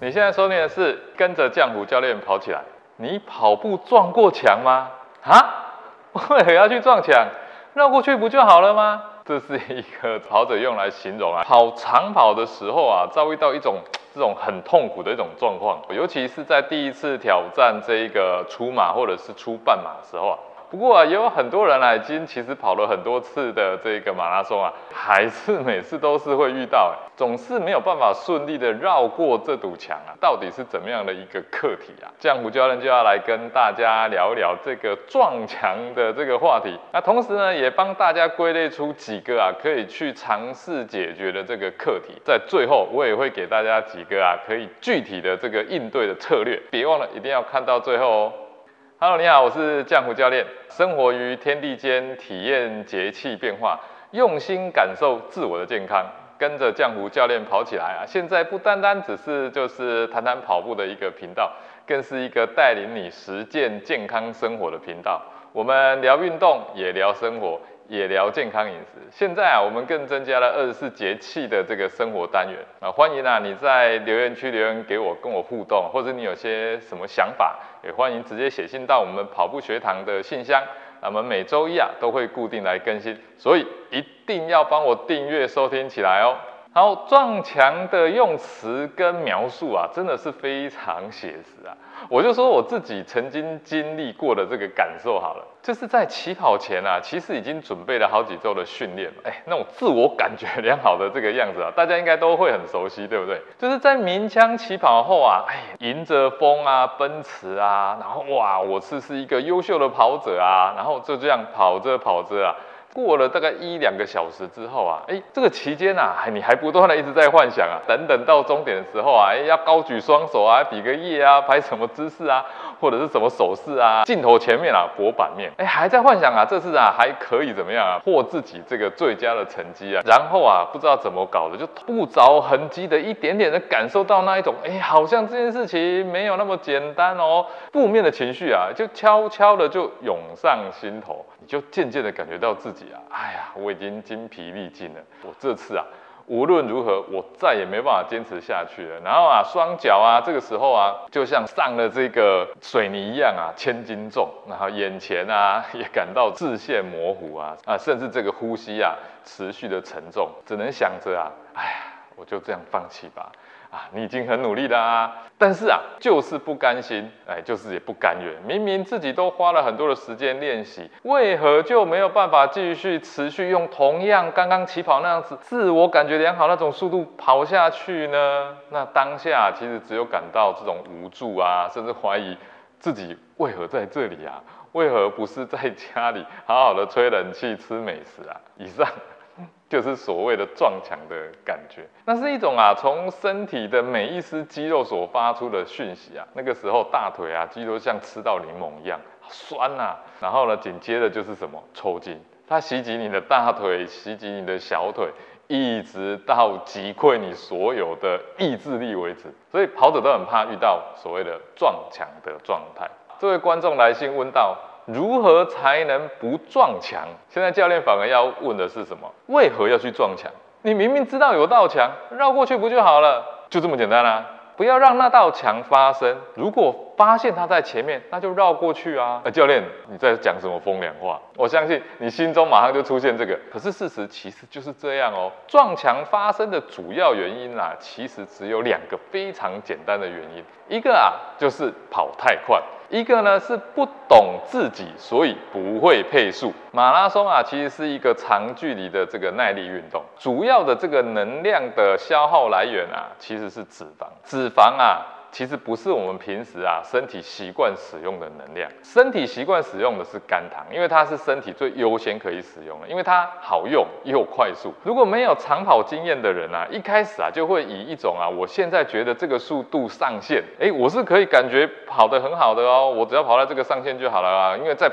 你现在收听的是跟着浆糊教练跑起来。你跑步撞过墙吗？啊？为何要去撞墙？绕过去不就好了吗？这是一个跑者用来形容跑长跑的时候遭遇到这种很痛苦的一种状况，尤其是在第一次挑战这一个初马或者是初半马的时候不过也有很多人已经其实跑了很多次的这个马拉松还是每次都是会遇到总是没有办法顺利的绕过这堵墙到底是怎么样的一个课题浆糊教练就要来跟大家聊一聊这个撞墙的这个话题。那同时呢，也帮大家归类出几个可以去尝试解决的这个课题。在最后，我也会给大家几个可以具体的这个应对的策略，别忘了一定要看到最后哦。Hello， 你好，我是浆糊教练，生活于天地间，体验节气变化，用心感受自我的健康，跟着浆糊教练跑起来现在不单单只是就是谈谈跑步的一个频道，更是一个带领你实践健康生活的频道。我们聊运动，也聊生活，也聊健康饮食。现在我们更增加了24节气的这个生活单元欢迎你在留言区留言给我，跟我互动，或者你有些什么想法，也欢迎直接写信到我们跑步学堂的信箱。我们每周一都会固定来更新，所以一定要帮我订阅收听起来哦。好，撞墙的用词跟描述真的是非常写实我就说我自己曾经经历过的这个感受好了，就是在起跑前其实已经准备了好几周的训练那种自我感觉良好的这个样子大家应该都会很熟悉，对不对？就是在鸣枪起跑后迎着风奔驰然后我是一个优秀的跑者然后就这样跑着跑着过了大概1-2个小时之后这个期间你还不断的一直在幻想等到终点的时候要高举双手比个耶拍什么姿势或者是什么手势镜头前面博版面还在幻想这次还可以怎么样获自己这个最佳的成绩然后不知道怎么搞的，就不着痕迹的一点点的感受到那一种好像这件事情没有那么简单负面的情绪就悄悄的就涌上心头，你就渐渐的感觉到自己我已经精疲力尽了，我这次无论如何我再也没办法坚持下去了。然后双脚这个时候就像上了这个水泥一样千斤重，然后眼前也感到视线模糊甚至这个呼吸持续的沉重，只能想着我就这样放弃吧。你已经很努力了但是就是不甘心，就是也不甘愿。明明自己都花了很多的时间练习，为何就没有办法继续持续用同样刚刚起跑那样子自我感觉良好那种速度跑下去呢？那当下其实只有感到这种无助甚至怀疑自己为何在这里为何不是在家里好好的吹冷气吃美食以上就是所谓的撞墙的感觉，那是一种从身体的每一丝肌肉所发出的讯息那个时候大腿肌肉像吃到柠檬一样酸然后呢紧接着就是什么抽筋，它袭击你的大腿，袭击你的小腿，一直到击溃你所有的意志力为止。所以跑者都很怕遇到所谓的撞墙的状态。这位观众来信问到，如何才能不撞墙？现在教练反而要问的是什么？为何要去撞墙？你明明知道有道墙，绕过去不就好了？就这么简单不要让那道墙发生。如果发现它在前面，那就绕过去教练，你在讲什么风凉话？我相信你心中马上就出现这个。可是事实其实就是这样撞墙发生的主要原因其实只有2个非常简单的原因。一个就是跑太快，一个呢是不懂自己，所以不会配速。马拉松其实是一个长距离的这个耐力运动，主要的这个能量的消耗来源其实是脂肪。脂肪其实不是我们平时身体习惯使用的能量，身体习惯使用的是肝糖，因为它是身体最优先可以使用的，因为它好用又快速。如果没有长跑经验的人一开始就会以一种我现在觉得这个速度上限，我是可以感觉跑得很好的我只要跑到这个上限就好了因为再跑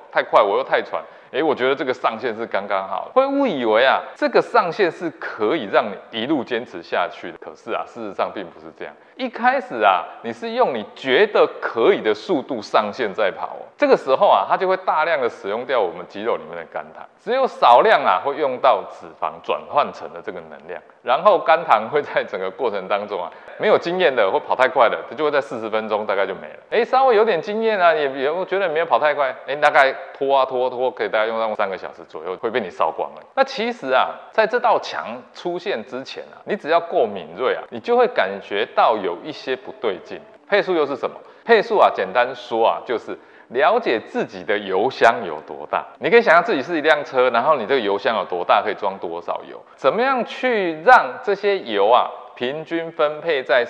太快，我又太喘，我觉得这个上限是刚刚好，会误以为啊，这个上限是可以让你一路坚持下去的。可是啊，事实上并不是这样。一开始啊，你是用你觉得可以的速度上限在跑这个时候啊，它就会大量的使用掉我们肌肉里面的肝糖，只有少量啊会用到脂肪转换成的这个能量，然后肝糖会在整个过程当中啊，没有经验的或跑太快的，它就会在40分钟大概就没了。稍微有点经验啊，也我觉得没有跑太快，大概拖，可以大概用到3个小时左右会被你烧光了。那其实啊，在这道墙出现之前啊，你只要够敏锐啊，你就会感觉到有一些不对劲。配速又是什么？配速啊，简单说啊，就是了解自己的油箱有多大。你可以想象自己是一辆车，然后你这个油箱有多大，可以装多少油？怎么样去让这些油啊平均分配在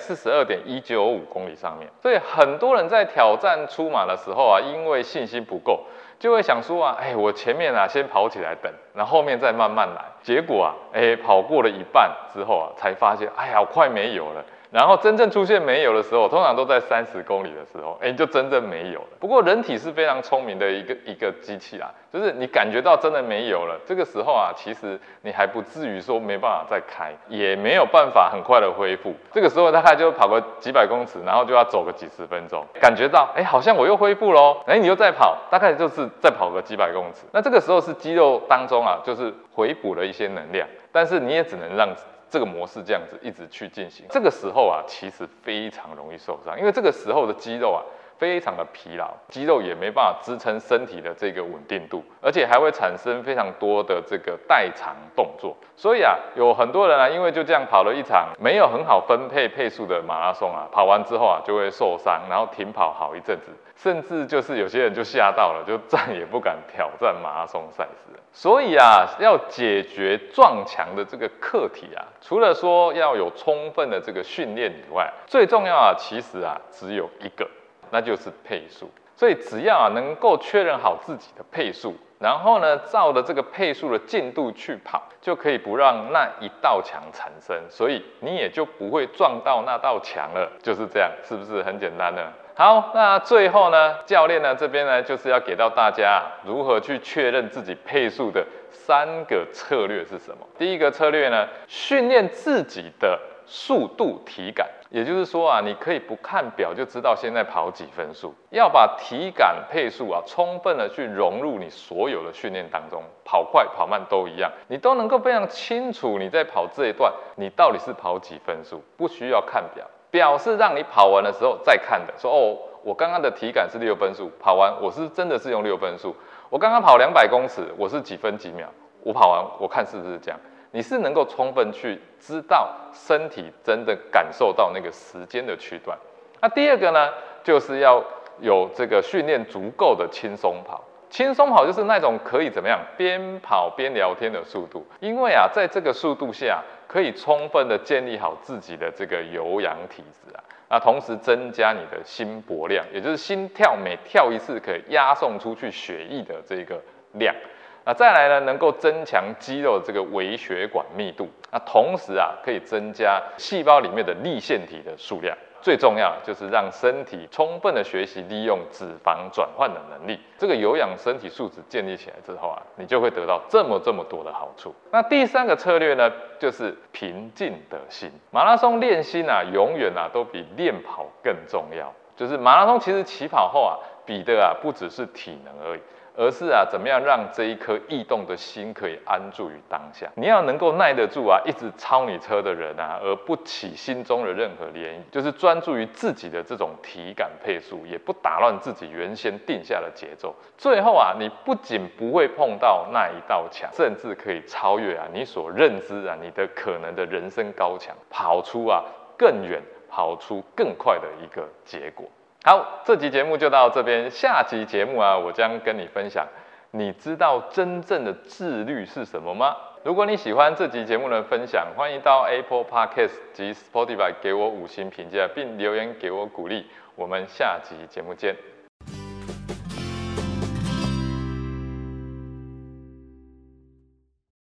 42.195公里上面？所以很多人在挑战出马的时候啊，因为信心不够，就会想说啊，我前面啊先跑起来等，然后后面再慢慢来。结果啊，跑过了一半之后啊，才发现，我快没油了。然后真正出现没油的时候，通常都在30公里的时候，就真正没油了。不过人体是非常聪明的一个机器啦，就是你感觉到真的没油了，这个时候啊，其实你还不至于说没办法再开，也没有办法很快的恢复。这个时候大概就跑个几百公尺，然后就要走个几十分钟，感觉到好像我又恢复咯，你又再跑，大概就是再跑个几百公尺。那这个时候是肌肉当中啊，就是回补了一些能量，但是你也只能让这个模式这样子一直去进行。这个时候啊，其实非常容易受伤，因为这个时候的肌肉啊非常的疲劳，肌肉也没办法支撑身体的这个稳定度，而且还会产生非常多的这个代偿动作。所以啊，有很多人啊，因为就这样跑了一场没有很好分配配速的马拉松啊，跑完之后啊就会受伤，然后停跑好一阵子，甚至就是有些人就吓到了，就再也不敢挑战马拉松赛事了。所以啊，要解决撞墙的这个课题啊，除了说要有充分的这个训练以外，最重要啊，其实啊只有一个，那就是配速。所以只要能够确认好自己的配速，然后呢，照着这个配速的进度去跑，就可以不让那一道墙产生，所以你也就不会撞到那道墙了。就是这样，是不是很简单呢？好，那最后呢，教练呢这边呢就是要给到大家如何去确认自己配速的3个策略是什么。第一个策略呢，训练自己的速度体感，也就是说啊，你可以不看表就知道现在跑几分数，要把体感配速啊充分的去融入你所有的训练当中，跑快跑慢都一样，你都能够非常清楚你在跑这一段你到底是跑几分数，不需要看表。表是让你跑完的时候再看的，说我刚刚的体感是6分数，跑完我是真的是用6分数，我刚刚跑200公尺，我是几分几秒，我跑完我看是不是这样，你是能够充分去知道身体真的感受到那个时间的区段。那第二个呢，就是要有这个训练足够的轻松跑。轻松跑就是那种可以怎么样边跑边聊天的速度，因为啊，在这个速度下，可以充分的建立好自己的这个有氧体质啊，那同时增加你的心搏量，也就是心跳每跳一次可以压送出去血液的这个量。那再来呢，能够增强肌肉的这个微血管密度，那同时啊，可以增加细胞里面的粒线体的数量。最重要就是让身体充分的学习利用脂肪转换的能力。这个有氧身体素质建立起来之后啊，你就会得到这么多的好处。那第3个策略呢，就是平静的心。马拉松练心啊，永远啊都比练跑更重要。就是马拉松其实起跑后啊，比的啊不只是体能而已，而是啊，怎么样让这一颗异动的心可以安住于当下？你要能够耐得住啊，一直超你车的人啊，而不起心中的任何涟漪，就是专注于自己的这种体感配速，也不打乱自己原先定下的节奏。最后啊，你不仅不会碰到那一道墙，甚至可以超越啊你所认知啊你的可能的人生高墙，跑出啊更远、跑出更快的一个结果。好，这集节目就到这边。下集节目啊，我将跟你分享，你知道真正的自律是什么吗？如果你喜欢这集节目的分享，欢迎到 Apple Podcast 及 Spotify 给我5星评价，并留言给我鼓励。我们下集节目见。